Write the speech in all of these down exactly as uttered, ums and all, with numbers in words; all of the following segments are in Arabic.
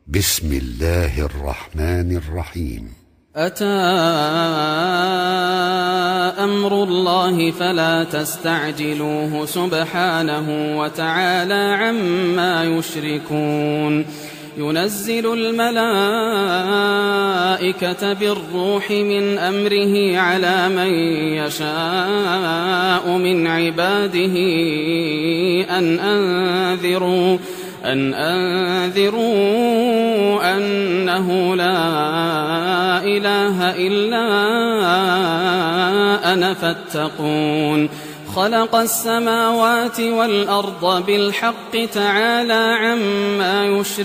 بسم الله الرحمن الرحيم. أتى أمر الله فلا تستعجلوه سبحانه وتعالى عما يشركون. ينزل الملائكة بالروح من أمره على من يشاء من عباده أن أنذروا أن أنذروا أنه لا إله إلا أنا فاتقون. خلق السماوات والأرض بالحق تعالى عما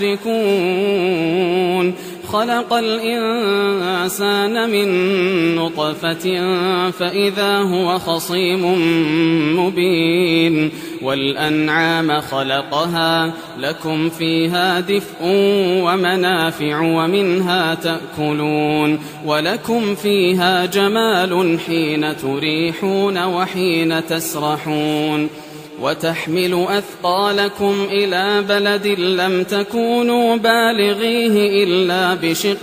يشركون. خلق الإنسان من نطفة فإذا هو خصيم مبين. والأنعام خلقها لكم فيها دفء ومنافع ومنها تأكلون. ولكم فيها جمال حين تريحون وحين تسرحون. وتحمل أثقالكم إلى بلد لم تكونوا بالغيه إلا بشق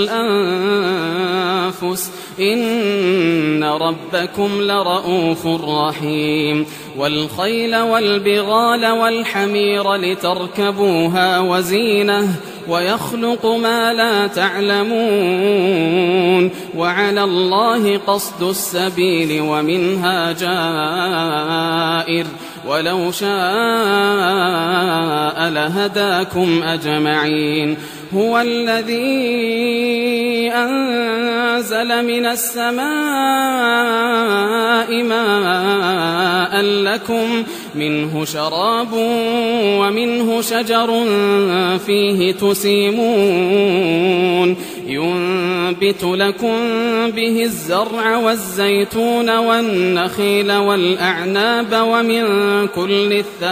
الأنفس إن ربكم لرؤوف رحيم. والخيل والبغال والحمير لتركبوها وزينة ويخلق ما لا تعلمون. وعلى الله قصد السبيل ومنها جائر ولو شاء لهداكم أجمعين. هو الذي أنزل من السماء ماء لكم منه شراب ومنه شجر فيه تسيمون. ينبت لكم به الزرع والزيتون والنخيل والأعناب ومن كل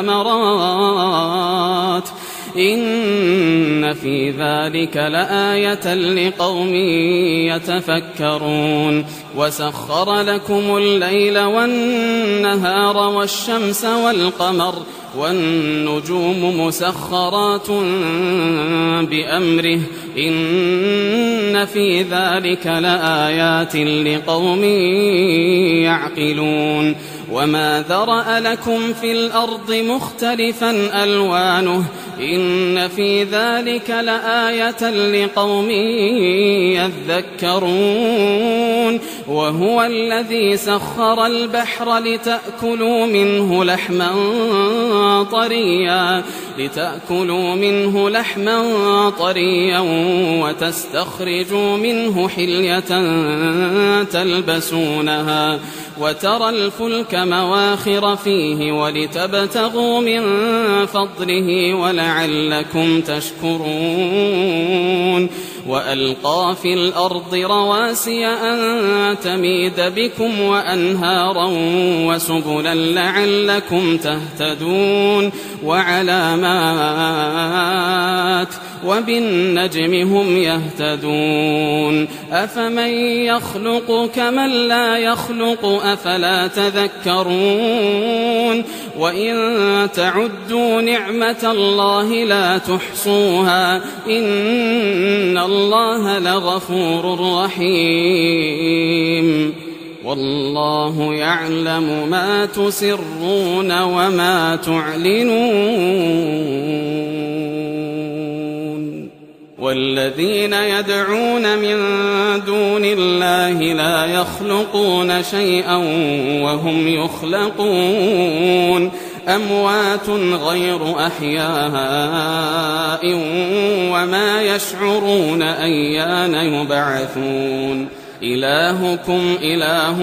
الثمرات إن في ذلك لآية لقوم يتفكرون. وسخر لكم الليل والنهار والشمس والقمر والنجوم مسخرات بأمره إن في ذلك لآيات لقوم يعقلون. وما ذرأ لكم في الأرض مختلفا ألوانه إن في ذلك لآية لقوم يذكرون. وهو الذي سخر البحر لتأكلوا منه لحما طريا لتأكلوا منه لحما طريا وتستخرجوا منه حلية تلبسونها وترى الفلك مواخر فيه ولتبتغوا من فضله ولعلكم تشكرون. وألقى في الأرض رواسي أن تميد بكم وأنهارا وسبلا لعلكم تهتدون. وعلامات وبالنجم هم يهتدون. أفمن يخلق كمن لا يخلق أفلا تذكرون. وإن تعدوا نعمة الله لا تحصوها إن الله لغفور رحيم. والله يعلم ما تسرون وما تعلنون. والذين يدعون من دون الله لا يخلقون شيئا وهم يخلقون. أموات غير أحياء وما يشعرون أيان يبعثون. إلهكم إله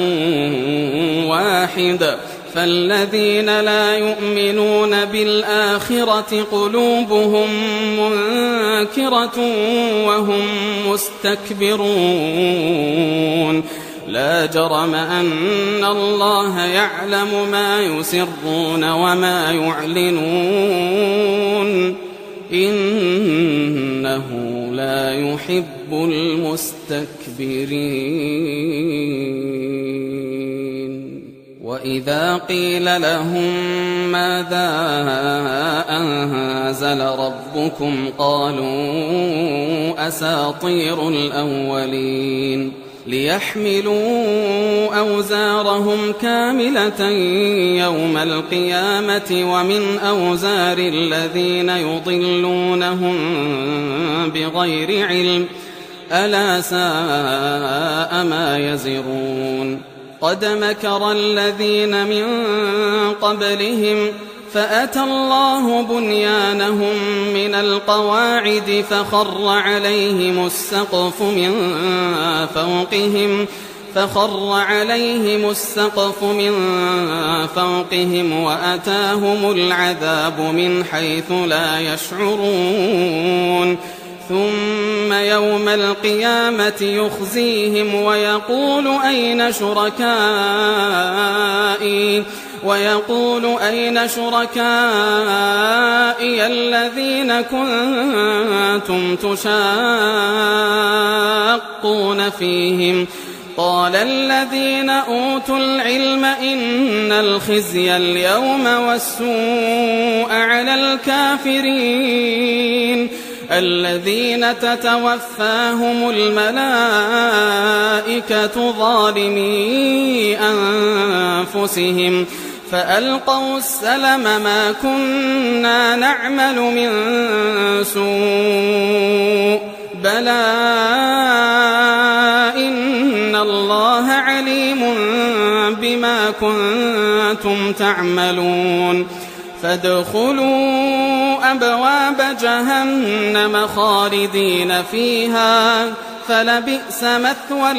واحد فالذين لا يؤمنون بالآخرة قلوبهم منكرة وهم مستكبرون. لا جرم أن الله يعلم ما يسرون وما يعلنون إنه لا يحب المستكبرين. وإذا قيل لهم ماذا أنزل ربكم قالوا أساطير الأولين ليحملوا أوزارهم كاملة يوم القيامة ومن أوزار الذين يضلونهم بغير علم ألا ساء ما يزرون قد مكر الذين من قبلهم فأتى الله بنيانهم من القواعد فخر عليهم السقف من فوقهم فخر عليهم السقف من فوقهم وأتاهم العذاب من حيث لا يشعرون ثم يوم القيامة يخزيهم ويقول أين شركائي ويقول أين شركائي الذين كنتم تشاقون فيهم قال الذين أوتوا العلم إن الخزي اليوم والسوء على الكافرين الذين تتوفاهم الملائكة ظالمي أنفسهم فألقوا السلم ما كنا نعمل من سوء بلى إن الله عليم بما كنتم تعملون فادخلوا أبواب جهنم خالدين فيها فلبئس مثوى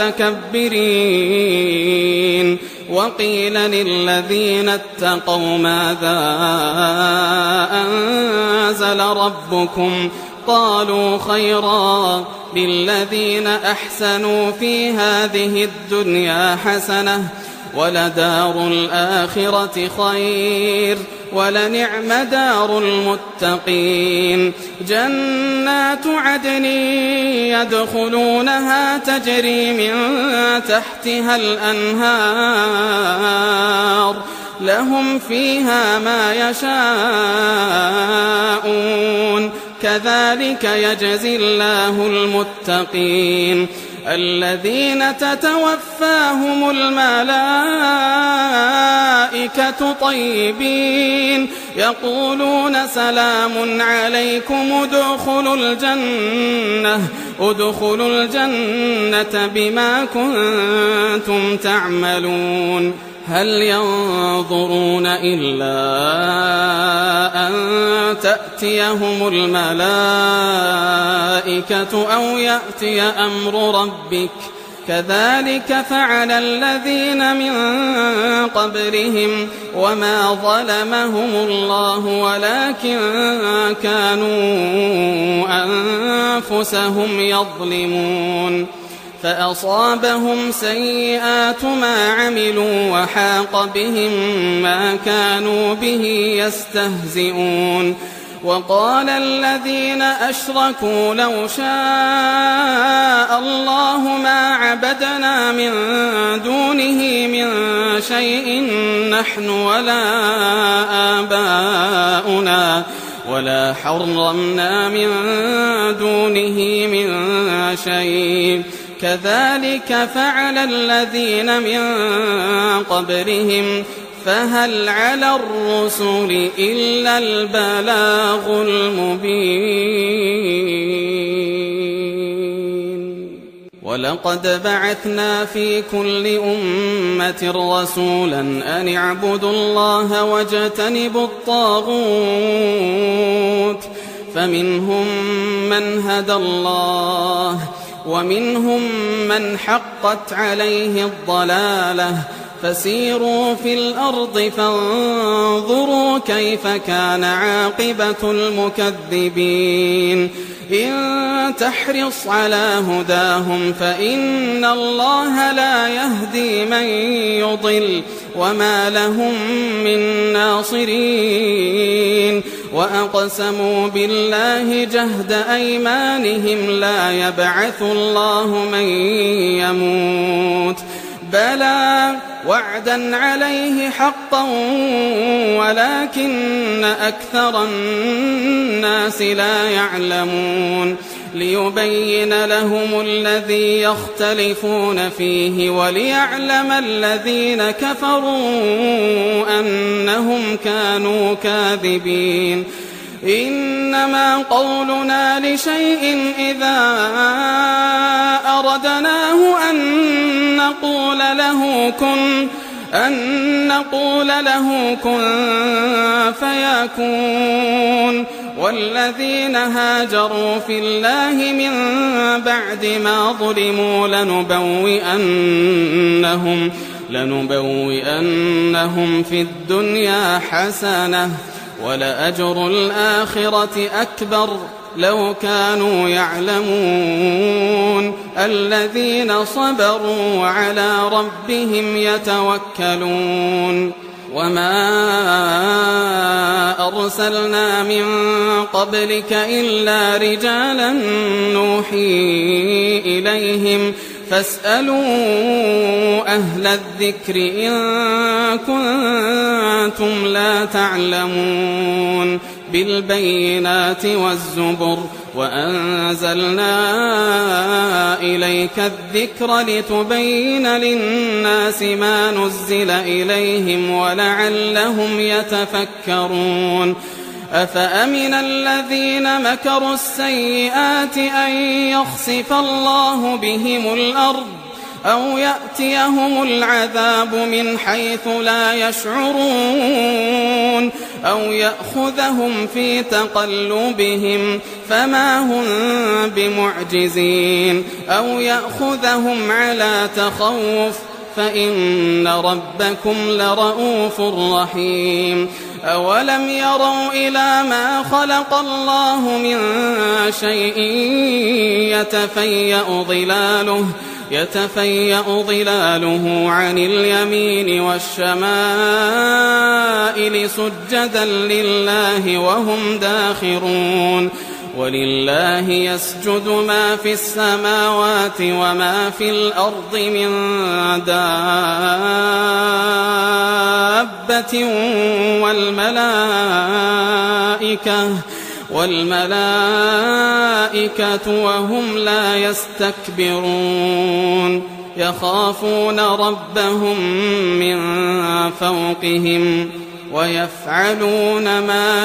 المتكبرين وقيل للذين اتقوا ماذا أنزل ربكم قالوا خيرا للذين أحسنوا في هذه الدنيا حسنة ولدار الآخرة خير ولنعم دار المتقين جنات عدن يدخلونها تجري من تحتها الأنهار لهم فيها ما يشاءون كذلك يجزي الله المتقين الذين تتوفاهم الملائكة طيبين يقولون سلام عليكم ادخلوا الجنة ادخلوا الجنة بما كنتم تعملون هل ينظرون إلا أن تأتيهم الملائكة أو يأتي أمر ربك كذلك فعل الذين من قبلهم وما ظلمهم الله ولكن كانوا أنفسهم يظلمون فأصابهم سيئات ما عملوا وحاق بهم ما كانوا به يستهزئون وقال الذين أشركوا لو شاء الله ما عبدنا من دونه من شيء نحن ولا آباؤنا ولا حرمنا من دونه من شيء كذلك فعل الذين من قبلهم فهل على الرسل إلا البلاغ المبين ولقد بعثنا في كل أمة رسولا أن اعبدوا الله واجتنبوا الطاغوت فمنهم من هدى الله ومنهم من حقت عليه الضلالة فسيروا في الأرض فانظروا كيف كان عاقبة المكذبين إن تحرص على هداهم فإن الله لا يهدي من يضل وما لهم من ناصرين وأقسموا بالله جهد أيمانهم لا يبعث الله من يموت بلى وعدا عليه حقا ولكن أكثر الناس لا يعلمون ليبين لهم الذي يختلفون فيه وليعلم الذين كفروا أنهم كانوا كاذبين إنما قولنا لشيء إذا أردناه أن نقول له كن أن نقول له كن فيكون والذين هاجروا في الله من بعد ما ظلموا لنبوئنهم لنبوئنهم في الدنيا حسنة ولأجر الآخرة أكبر لو كانوا يعلمون الذين صبروا وعلى ربهم يتوكلون وما أرسلنا من قبلك إلا رجالا نوحي إليهم فاسألوا أهل الذكر إن كنتم لا تعلمون بالبينات والزبر وأنزلنا إليك الذكر لتبين للناس ما نزل إليهم ولعلهم يتفكرون أفأمن الذين مكروا السيئات أن يخسف الله بهم الأرض أو يأتيهم العذاب من حيث لا يشعرون أو يأخذهم في تقلبهم فما هم بمعجزين أو يأخذهم على تخوف فإن ربكم لرؤوف رحيم أولم يروا إلى ما خلق الله من شيء يتفيأ ظلاله يتفيأ ظلاله عن اليمين والشمائل سجدا لله وهم داخرون ولله يسجد ما في السماوات وما في الأرض من دابة والملائكة والملائكة وهم لا يستكبرون يخافون ربهم من فوقهم ويفعلون ما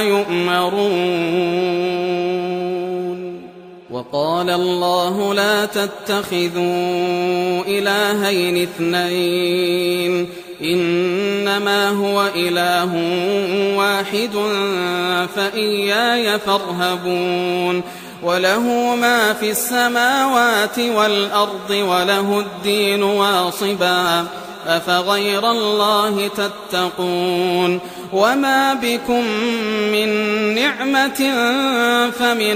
يؤمرون وقال الله لا تتخذوا إلهين اثنين إنما هو إله واحد فإياي فارهبون وله ما في السماوات والأرض وله الدين واصبا أفغير الله تتقون وما بكم من نعمة فمن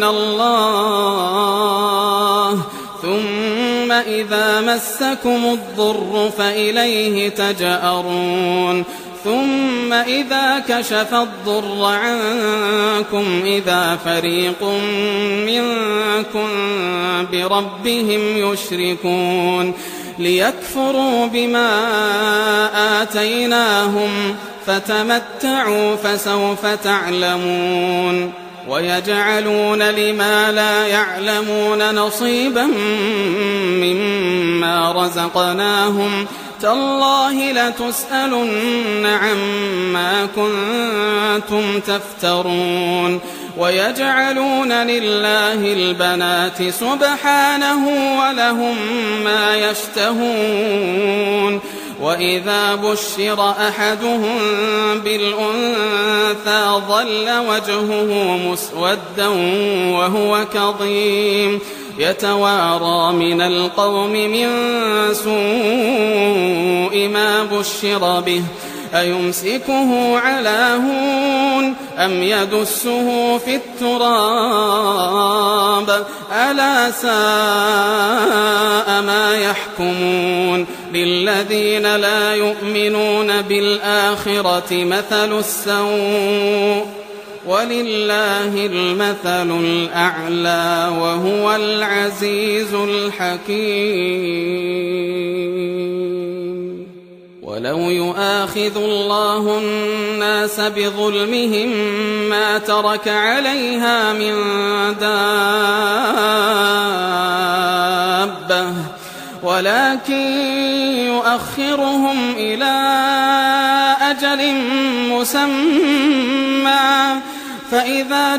الله ثم إذا مسكم الضر فإليه تجأرون ثم إذا كشف الضر عنكم إذا فريق منكم بربهم يشركون ليكفروا بما آتيناهم فتمتعوا فسوف تعلمون ويجعلون لما لا يعلمون نصيبا مما رزقناهم تالله لتسألن عما كنتم تفترون ويجعلون لله البنات سبحانه ولهم ما يشتهون وإذا بشر أحدهم بالأنثى ظل وجهه مسودا وهو كظيم يتوارى من القوم من سوء ما بشر به أيمسكه على هون أم يدسه في التراب ألا ساء ما يحكمون للذين لا يؤمنون بالآخرة مثل السوء ولله المثل الأعلى وهو العزيز الحكيم. ولو يؤاخذ الله الناس بظلمهم ما ترك عليها من دابة ولكن يؤخرهم إلى أجل مسمى فإذا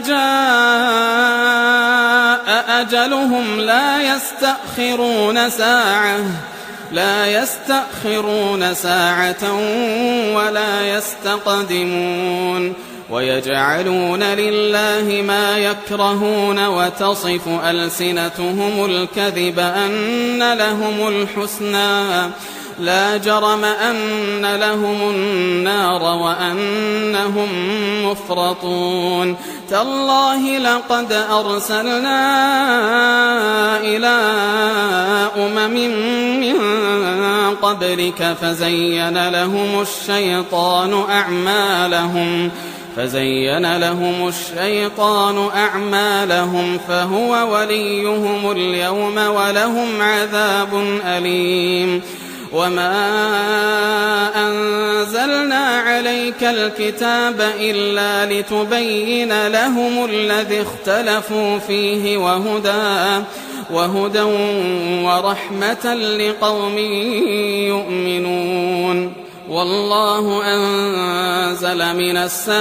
جاء أجلهم لا يستأخرون ساعة لا يستأخرون ساعة ولا يستقدمون ويجعلون لله ما يكرهون وتصف ألسنتهم الكذب أن لهم الحسنى لا جرم أن لهم النار وأنهم مفرطون تالله لقد أرسلنا إلى أمم من قبلك فزين لهم الشيطان أعمالهم فزين لهم الشيطان أعمالهم فهو وليهم اليوم ولهم عذاب أليم وما أنزلنا عليك الكتاب إلا لتبين لهم الذي اختلفوا فيه وهدى وهدى ورحمة لقوم يؤمنون والله أنزل من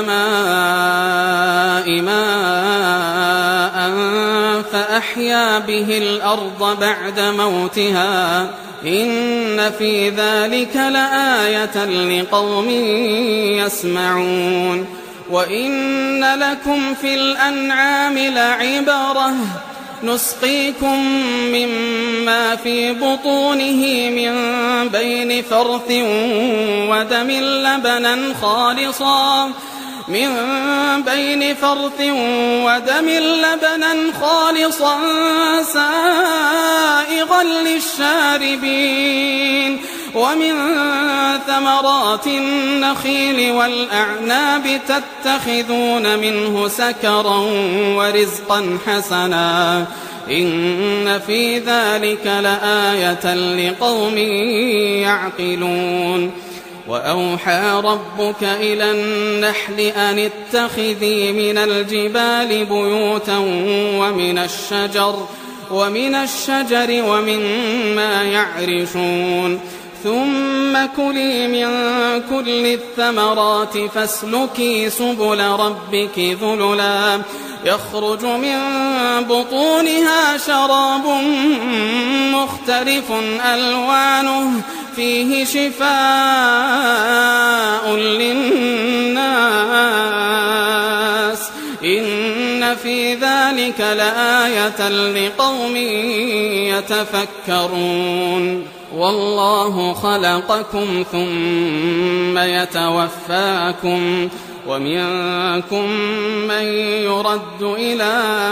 السماء ماء فأحيا به الأرض بعد موتها إن في ذلك لآية لقوم يسمعون وإن لكم في الأنعام لعبرة نسقيكم مما في بطونه من بين فرث ودم لبنا خالصا من بين فرث ودم لبنا خالصا سائغا للشاربين ومن ثمرات النخيل والأعناب تتخذون منه سكرا ورزقا حسنا إن في ذلك لآية لقوم يعقلون وأوحى ربك إلى النحل أن اتخذي من الجبال بيوتا ومن الشجر ومن الشجر ومما يعرشون ثم كلي من كل الثمرات فاسلكي سبل ربك ذللا يخرج من بطونها شراب مختلف ألوانه فيه شفاء للناس إن في ذلك لآية لقوم يتفكرون والله خلقكم ثم يتوفاكم ومنكم من يرد إلى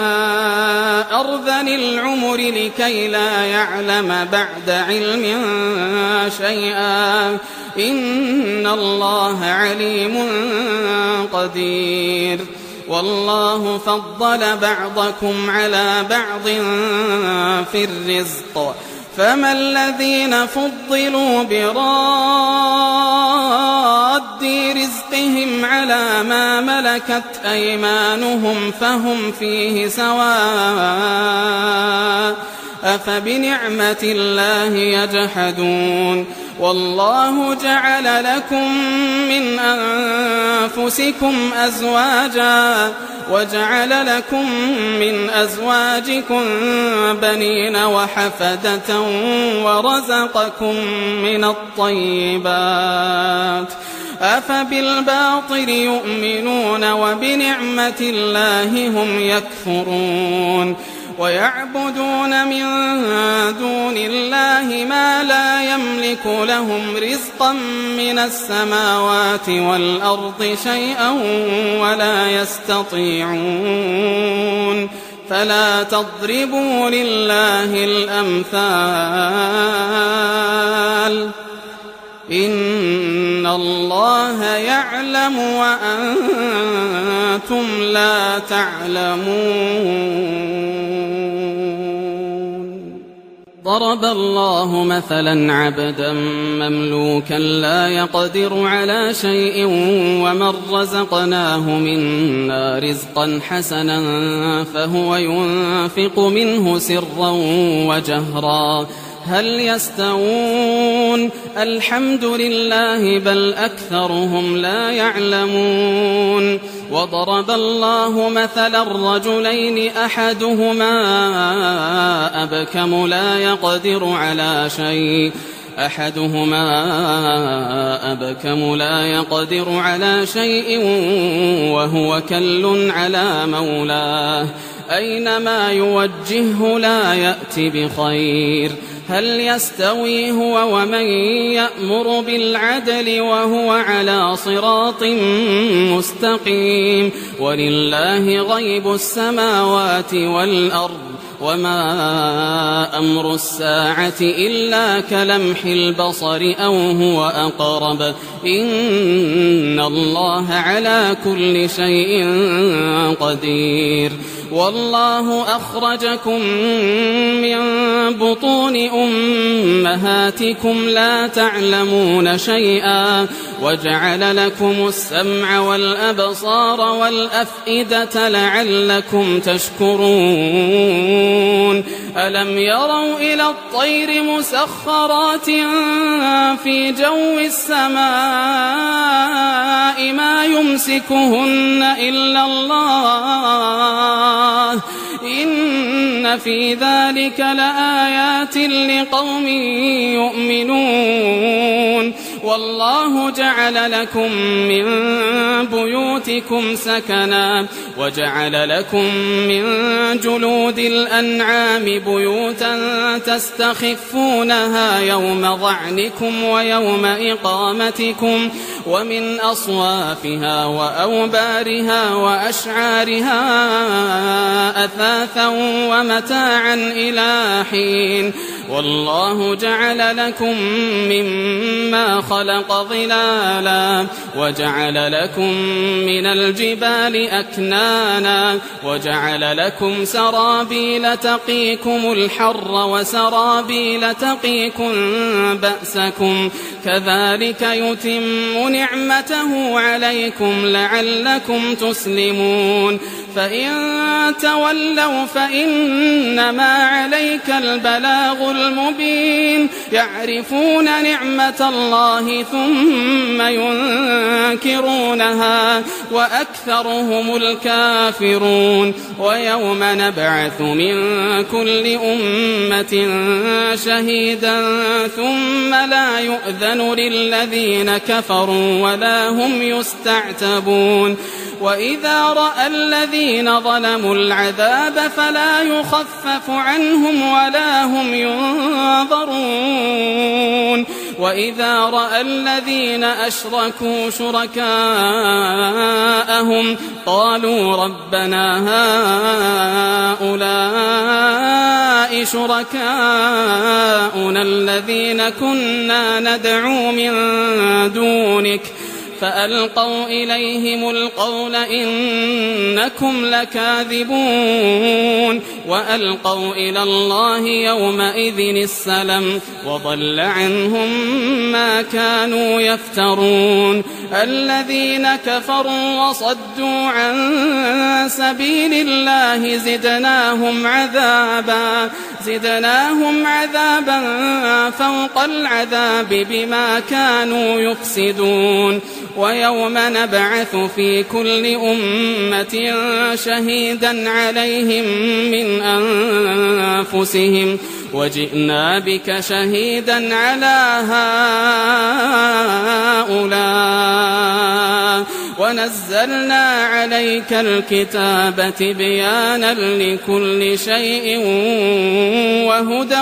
أرذل العمر لكي لا يعلم بعد علم شيئا إن الله عليم قدير والله فضل بعضكم على بعض في الرزق فما الذين فضلوا براد رزقهم على ما ملكت أيمانهم فهم فيه سواء أفبنعمة الله يجحدون والله جعل لكم من أنفسكم أزواجا وجعل لكم من أزواجكم بنين وحفدة ورزقكم من الطيبات أفبالباطل يؤمنون وبنعمة الله هم يكفرون ويعبدون من دون الله ما لا يملك لهم رزقا من السماوات والأرض شيئا ولا يستطيعون فلا تضربوا لله الأمثال إن الله يعلم وأنتم لا تعلمون وضرب الله مثلا عبدا مملوكا لا يقدر على شيء ومن رزقناه منا رزقا حسنا فهو ينفق منه سرا وجهرا هل يستوون الحمد لله بل أكثرهم لا يعلمون وضرب الله مثلا الرجلين أحدهما أبكم لا يقدر على شيء أحدهما أبكم لا يقدر على شيء وهو كل على مولاه أينما يوجهه لا يأتي بخير هل يستوي هو ومن يأمر بالعدل وهو على صراط مستقيم ولله غيب السماوات والأرض وما أمر الساعة إلا كلمح البصر أو هو أقرب إن الله على كل شيء قدير والله أخرجكم من بطون أمهاتكم لا تعلمون شيئا وجعل لكم السمع والأبصار والأفئدة لعلكم تشكرون ألم يروا إلى الطير مسخرات في جو السماء ما يمسكهن إلا الله إن في ذلك لآيات لقوم يؤمنون والله جعل لكم من بيوتكم سكنا وجعل لكم من جلود الأنعام بيوتا تستخفونها يوم ظعنكم ويوم إقامتكم ومن أصوافها وأوبارها وأشعارها أثاثا ومتاعا إلى حين والله جعل لكم مما خلق ظلالا وجعل لكم من الجبال أكنانا وجعل لكم سرابيل تقيكم الحر وسرابيل تقيكم بأسكم كذلك يتم نعمته عليكم لعلكم تسلمون فإن تولوا فإنما عليك البلاغ المبين يعرفون نعمة الله ثم ينكرونها وأكثرهم الكافرون ويوم نبعث من كل أمة شهيدا ثم لا يؤذن للذين كفروا ولا هم يستعتبون وإذا رأى الذين ظلموا العذاب فلا يخفف عنهم ولا هم ينظرون وإذا رأى الذين أشركوا شركاءهم قالوا ربنا هؤلاء شركاؤنا الذين كنا ندعو من دونك فألقوا إليهم القول إنكم لكاذبون وألقوا إلى الله يومئذ السلم وضل عنهم ما كانوا يفترون الذين كفروا وصدوا عن سبيل الله زدناهم عذابا زدناهم عذابا فوق العذاب بما كانوا يفسدون ويوم نبعث في كل أمة شهيدا عليهم من أنفسهم وجئنا بك شهيدا على هؤلاء ونزلنا عليك الكتاب تبيانا لكل شيء وهدى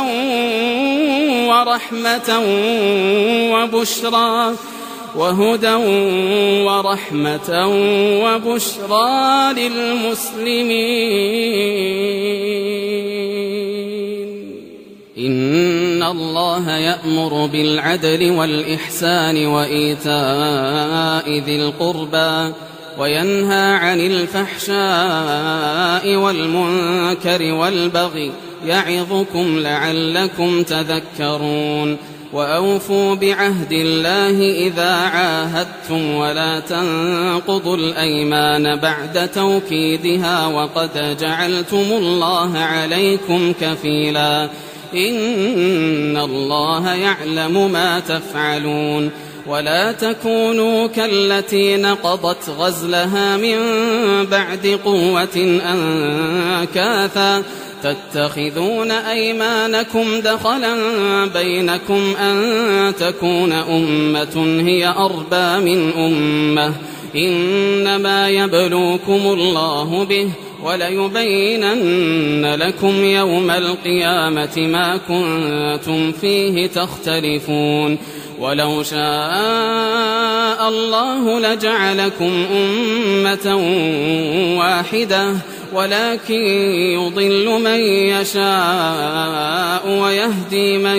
ورحمة وبشرى وهدى ورحمة وبشرى للمسلمين إن الله يأمر بالعدل والإحسان وإيتاء ذي القربى وينهى عن الفحشاء والمنكر والبغي يعظكم لعلكم تذكرون وأوفوا بعهد الله إذا عاهدتم ولا تنقضوا الأيمان بعد توكيدها وقد جعلتم الله عليكم كفيلا إن الله يعلم ما تفعلون ولا تكونوا كالتي نقضت غزلها من بعد قوة أنكاثا تتخذون أيمانكم دخلا بينكم أن تكون أمة هي أربى من أمة إنما يبلوكم الله به وليبينن لكم يوم القيامة ما كنتم فيه تختلفون ولو شاء الله لجعلكم أمة واحدة ولكن يضل من يشاء ويهدي من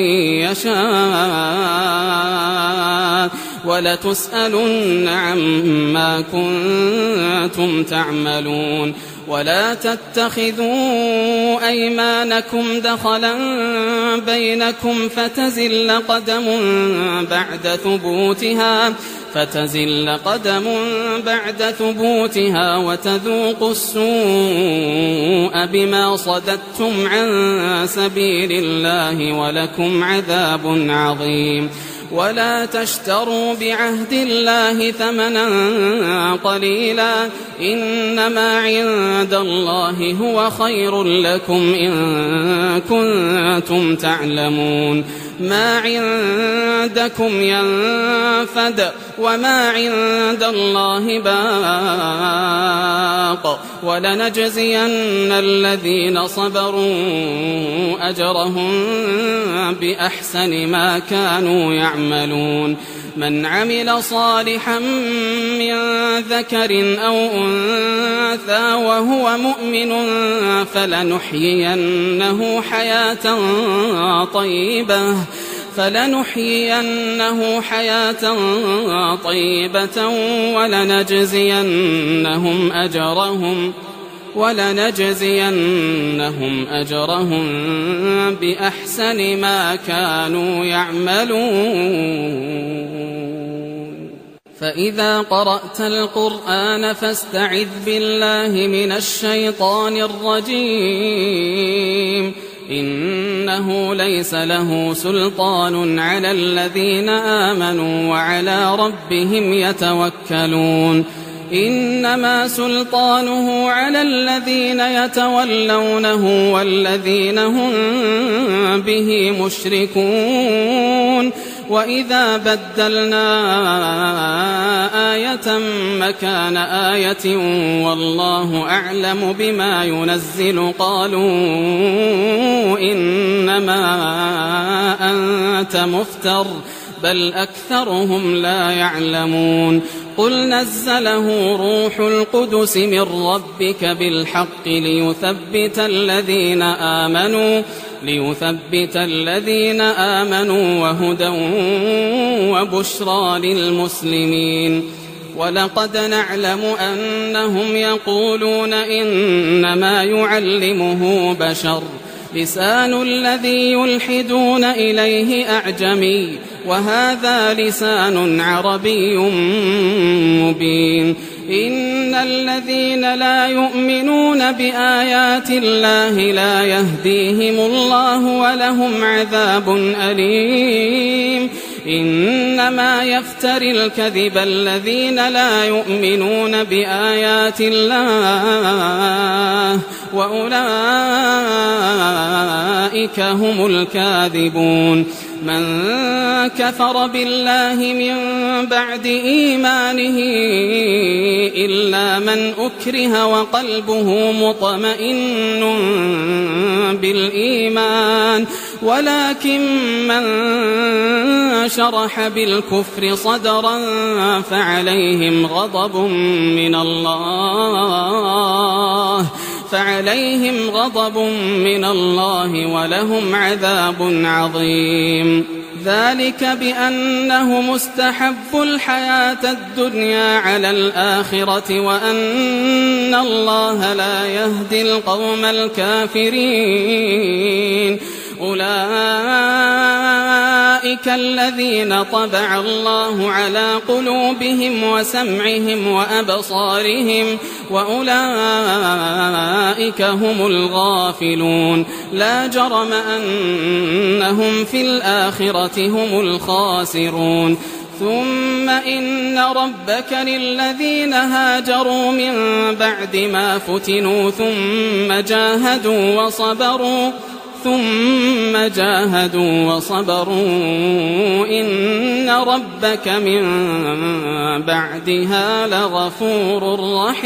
يشاء ولتسألن عما كنتم تعملون ولا تتخذوا أيمانكم دخلا بينكم فتزل قدم بعد ثبوتها فتزل قدم بعد ثبوتها وتذوقوا السوء بما صددتم عن سبيل الله ولكم عذاب عظيم ولا تشتروا بعهد الله ثمنا قليلا إنما عند الله هو خير لكم إن كنتم تعلمون ما عندكم ينفد وما عند الله باق ولنجزين الذين صبروا أجرهم بأحسن ما كانوا يعملون من عمل صالحا من ذكر أو أنثى وهو مؤمن فلنحيينه حياة طيبة فلنحيينه حياة طيبة ولنجزينهم أجرهم ولنجزينهم أجرهم بأحسن ما كانوا يعملون فإذا قرأت القرآن فاستعذ بالله من الشيطان الرجيم إنه ليس له سلطان على الذين آمنوا وعلى ربهم يتوكلون إنما سلطانه على الذين يتولونه والذين هم به مشركون وإذا بدلنا آية مكان آية والله أعلم بما ينزل قالوا إنما أنت مفتر بل أكثرهم لا يعلمون قل نزله روح القدس من ربك بالحق ليثبت الذين آمنوا ليثبت الذين آمنوا وهدى وبشرى للمسلمين ولقد نعلم أنهم يقولون إنما يعلمه بشر لسان الذي يلحدون إليه أعجمي وهذا لسان عربي مبين إن الذين لا يؤمنون بآيات الله لا يهديهم الله ولهم عذاب أليم إنما يفتري الكذب الذين لا يؤمنون بآيات الله وأولئك هم الكاذبون من كفر بالله من بعد إيمانه إلا من أكره وقلبه مطمئن بالإيمان ولكن من شرح بالكفر صدرا فعليهم غضب من الله فعليهم غضب من الله ولهم عذاب عظيم ذلك بأنهم استحبوا الحياة الدنيا على الآخرة وأن الله لا يهدي القوم الكافرين. أولئك الذين طبع الله على قلوبهم وسمعهم وأبصارهم وأولئك هم الغافلون. لا جرم أنهم في الآخرة هم الخاسرون. ثم إن ربك للذين هاجروا من بعد ما فتنوا ثم جاهدوا وصبروا ثم جاهدوا وصبروا إن ربك من بعدها لغفور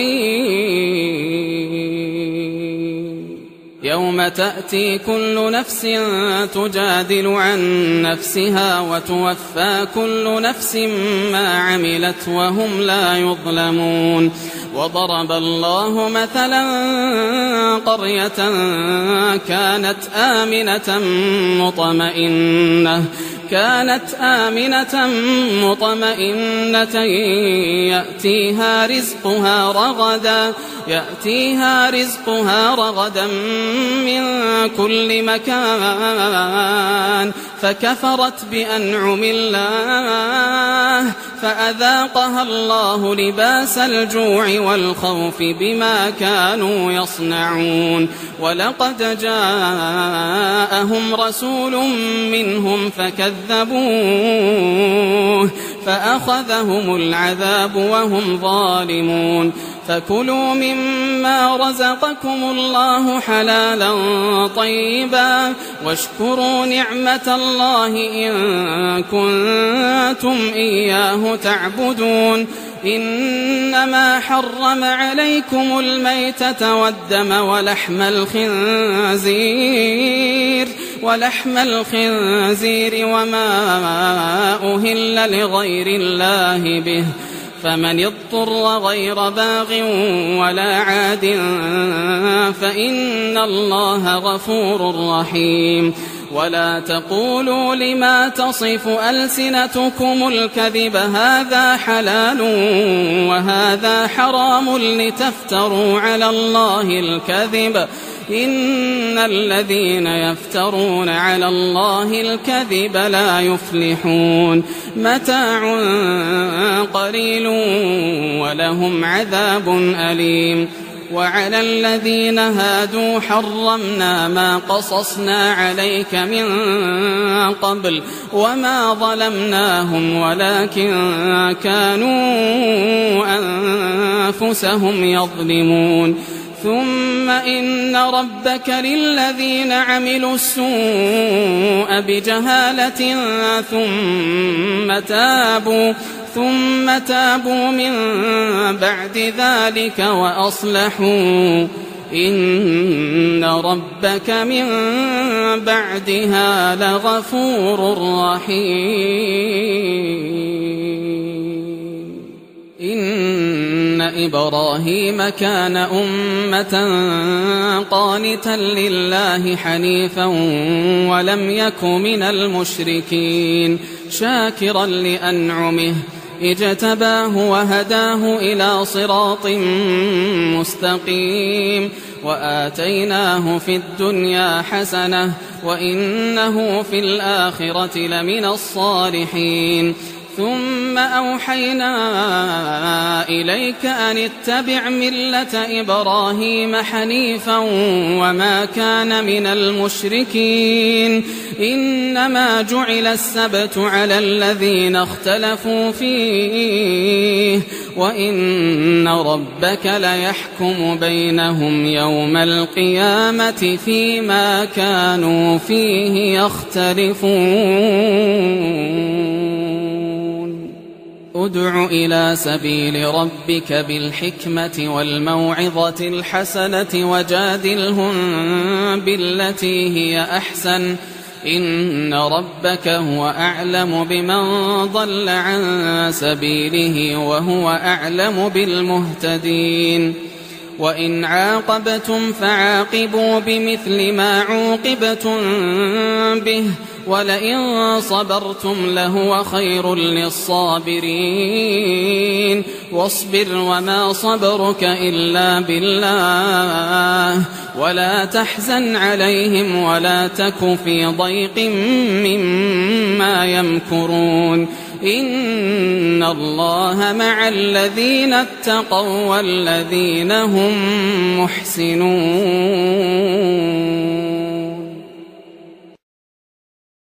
رحيم. يوم تأتي كل نفس تجادل عن نفسها وتوفى كل نفس ما عملت وهم لا يظلمون. وضرب الله مثلا قرية كانت آمنة مطمئنة كانت آمنة مطمئنة يأتيها رزقها رغدا يأتيها رزقها رغدا من كل مكان فكفرت بأنعم الله فأذاقها الله لباس الجوع والخوف بما كانوا يصنعون. ولقد جاءهم رسول منهم فكذبوه فأخذهم العذاب وهم ظالمون. فكلوا مما رزقكم الله حلالا طيبا واشكروا نعمة الله إن كنتم إياه تعبدون. إنما حرم عليكم الميتة والدم ولحم الخنزير ولحم الخنزير وما أهل لغير الله به فمن اضطر غير باغ ولا عاد فإن الله غفور رحيم. ولا تقولوا لما تصف ألسنتكم الكذب هذا حلال وهذا حرام لتفتروا على الله الكذب إن الذين يفترون على الله الكذب لا يفلحون. متاع قليل ولهم عذاب أليم. وعلى الذين هادوا حرمنا ما قصصنا عليك من قبل وما ظلمناهم ولكن كانوا أنفسهم يظلمون. ثم إن ربك للذين عملوا السوء بجهالة ثم تابوا ثم تابوا من بعد ذلك وأصلحوا إن ربك من بعدها لغفور رحيم. إن إبراهيم كان أمة قانتا لله حنيفا ولم يك من المشركين شاكرا لأنعمه اجتباه وهداه إلى صراط مستقيم. وآتيناه في الدنيا حسنة وإنه في الآخرة لمن الصالحين. ثم أوحينا إليك أن اتبع ملة إبراهيم حنيفا وما كان من المشركين. إنما جعل السبت على الذين اختلفوا فيه وإن ربك ليحكم بينهم يوم القيامة فيما كانوا فيه يختلفون. ادع إلى سبيل ربك بالحكمة والموعظة الحسنة وجادلهم بالتي هي أحسن إن ربك هو أعلم بمن ضل عن سبيله وهو أعلم بالمهتدين. وإن عاقبتم فعاقبوا بمثل ما عوقبتم به ولئن صبرتم لهو خير للصابرين واصبر وما صبرك إلا بالله ولا تحزن عليهم ولا تك في ضيق مما يمكرون إن الله مع الذين اتقوا والذين هم محسنون.